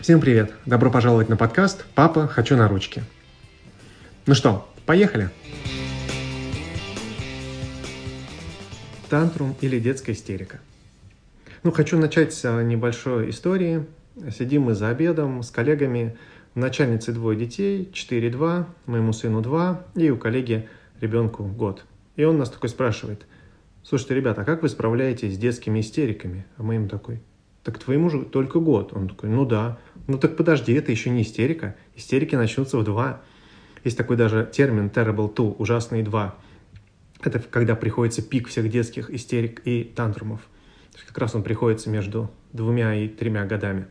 Всем привет! Добро пожаловать на подкаст «Папа, хочу на ручки». Ну что, поехали? Тантрум или детская истерика. Хочу начать с небольшой истории. Сидим мы за обедом с коллегами. У начальницы 2 детей, 4 и 2, моему сыну 2, и у коллеги ребенку год. И он нас такой спрашивает: слушайте, ребята, а как вы справляетесь с детскими истериками? А мы ему такой: так твоему же только год. Он такой: ну да. Ну так подожди, это еще не истерика. Истерики начнутся в 2. Есть такой даже термин terrible two, ужасные 2. Это когда приходится пик всех детских истерик и тантрумов. То есть как раз он приходится между 2 и 3 годами.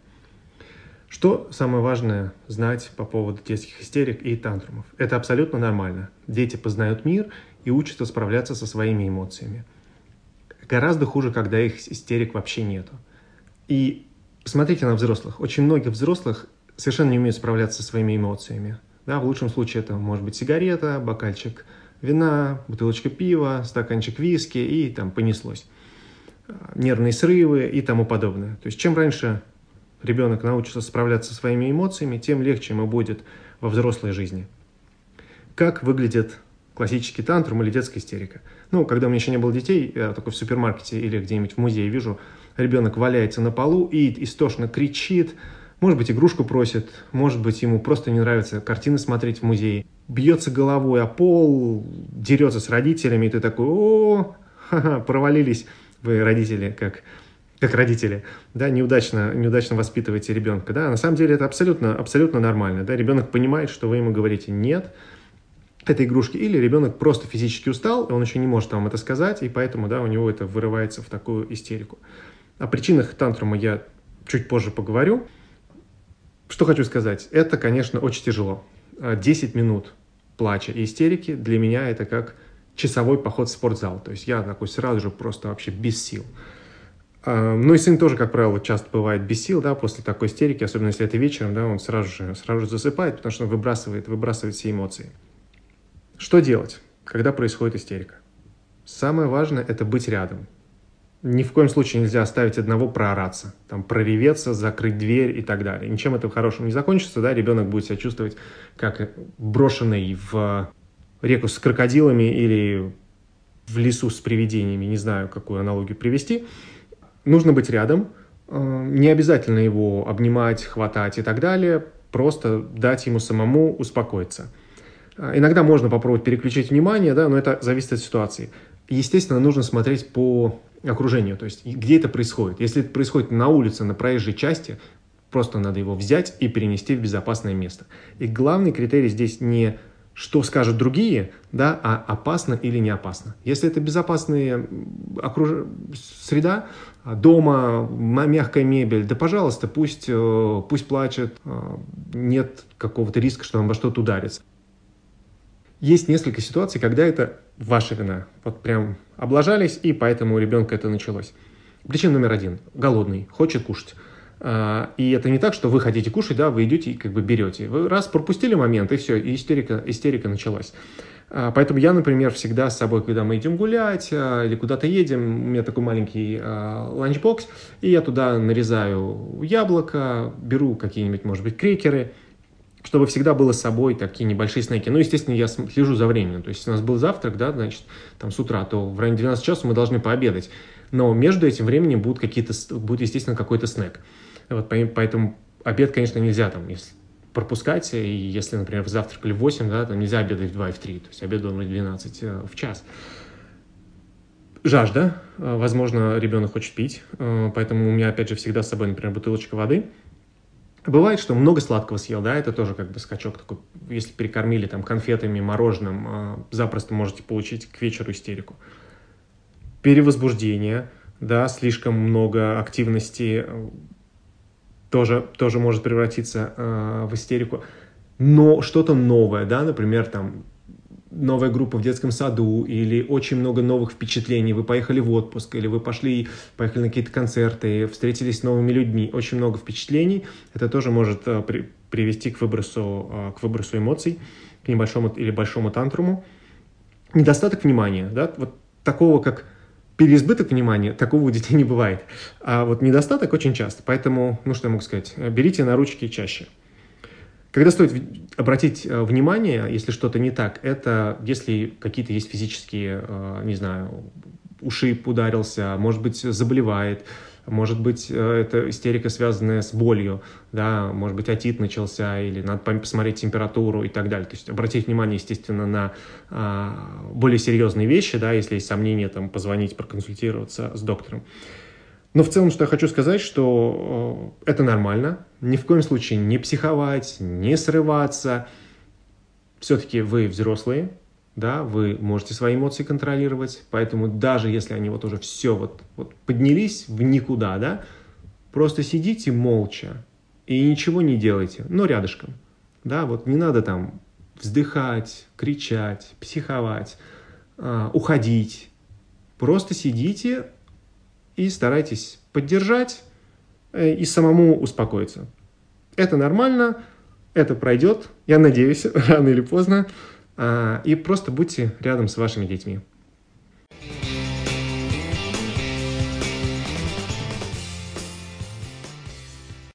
Что самое важное знать по поводу детских истерик и тантрумов? Это абсолютно нормально. Дети познают мир и учатся справляться со своими эмоциями. Гораздо хуже, когда их истерик вообще нету. И посмотрите на взрослых. Очень многих взрослых совершенно не умеют справляться со своими эмоциями. Да, в лучшем случае это может быть сигарета, бокальчик вина, бутылочка пива, стаканчик виски, и там понеслось. Нервные срывы и тому подобное. То есть чем раньше ребенок научится справляться со своими эмоциями, тем легче ему будет во взрослой жизни. Как выглядит классический тантрум или детская истерика? Когда у меня еще не было детей, я только в супермаркете или где-нибудь в музее вижу, ребенок валяется на полу и истошно кричит, может быть, игрушку просит, может быть, ему просто не нравится картины смотреть в музее, бьется головой о пол, дерется с родителями, и ты такой: о, провалились вы, родители, как родители, да, неудачно воспитываете ребенка, да, на самом деле это абсолютно нормально, да, ребенок понимает, что вы ему говорите нет этой игрушки, или ребенок просто физически устал, и он еще не может вам это сказать, и поэтому, да, у него это вырывается в такую истерику. О причинах тантрума я чуть позже поговорю. Что хочу сказать, это, конечно, очень тяжело. 10 минут плача и истерики для меня это как часовой поход в спортзал, то есть я такой сразу же просто вообще без сил. И сын тоже, как правило, часто бывает без сил, да, после такой истерики, особенно если это вечером, да, он сразу же засыпает, потому что он выбрасывает все эмоции. Что делать, когда происходит истерика? Самое важное – это быть рядом. Ни в коем случае нельзя оставить одного проораться, прореветься, закрыть дверь и так далее. Ничем это хорошим не закончится, да, ребенок будет себя чувствовать как брошенный в реку с крокодилами или в лесу с привидениями, не знаю, какую аналогию привести. Нужно быть рядом, не обязательно его обнимать, хватать и так далее, просто дать ему самому успокоиться. Иногда можно попробовать переключить внимание, да, но это зависит от ситуации. Естественно, нужно смотреть по окружению, то есть где это происходит. Если это происходит на улице, на проезжей части, просто надо его взять и перенести в безопасное место. И главный критерий здесь не что скажут другие, да, а опасно или не опасно. Если это безопасная среда, дома, мягкая мебель, да, пожалуйста, пусть плачет, нет какого-то риска, что он во что-то ударится. Есть несколько ситуаций, когда это ваша вина. Вот прям облажались, и поэтому у ребенка это началось. Причина номер 1. Голодный, хочет кушать. И это не так, что вы хотите кушать, да, вы идете и берете. Вы раз пропустили момент, и все, и истерика началась. Поэтому я, например, всегда с собой, когда мы идем гулять или куда-то едем, у меня такой маленький ланчбокс, и я туда нарезаю яблоко, беру какие-нибудь, может быть, крекеры, чтобы всегда было с собой такие небольшие снеки. Естественно, я слежу за временем. То есть, если у нас был завтрак, да, значит, с утра, то в районе 12 часов мы должны пообедать. Но между этим временем будет, естественно, какой-то снэк. Вот, поэтому обед, конечно, нельзя пропускать. И если, например, вы завтракали в 8, да, то нельзя обедать в 2 и в 3. То есть, обед должен быть в 12 в час. Жажда. Возможно, ребенок хочет пить. Поэтому у меня, опять же, всегда с собой, например, бутылочка воды. Бывает, что много сладкого съел, да, это тоже скачок такой. Если перекормили конфетами, мороженым, запросто можете получить к вечеру истерику. Перевозбуждение, да, слишком много активности тоже может превратиться в истерику. Но что-то новое, да, например, новая группа в детском саду или очень много новых впечатлений, вы поехали в отпуск или вы поехали на какие-то концерты, встретились с новыми людьми, очень много впечатлений, это тоже может привести к выбросу эмоций, к небольшому или большому тантруму. Недостаток внимания, да, вот такого, как переизбыток внимания, такого у детей не бывает. А вот недостаток очень часто. Поэтому, что я могу сказать, берите на ручки чаще. Когда стоит обратить внимание, если что-то не так, это если какие-то есть физические, не знаю, ушиб ударился, может быть, заболевает, может быть, это истерика, связанная с болью, да, может быть, отит начался, или надо посмотреть температуру и так далее. То есть обратить внимание, естественно, на более серьезные вещи, да, если есть сомнения, там, позвонить, проконсультироваться с доктором. Но в целом, что я хочу сказать, что это нормально. Ни в коем случае не психовать, не срываться. Все-таки вы взрослые, да, вы можете свои эмоции контролировать, поэтому даже если они вот уже все вот поднялись в никуда, да, просто сидите молча и ничего не делайте, но рядышком, да, вот не надо там вздыхать, кричать, психовать, уходить, просто сидите и старайтесь поддержать и самому успокоиться. Это нормально, это пройдет, я надеюсь, рано или поздно. И просто будьте рядом с вашими детьми.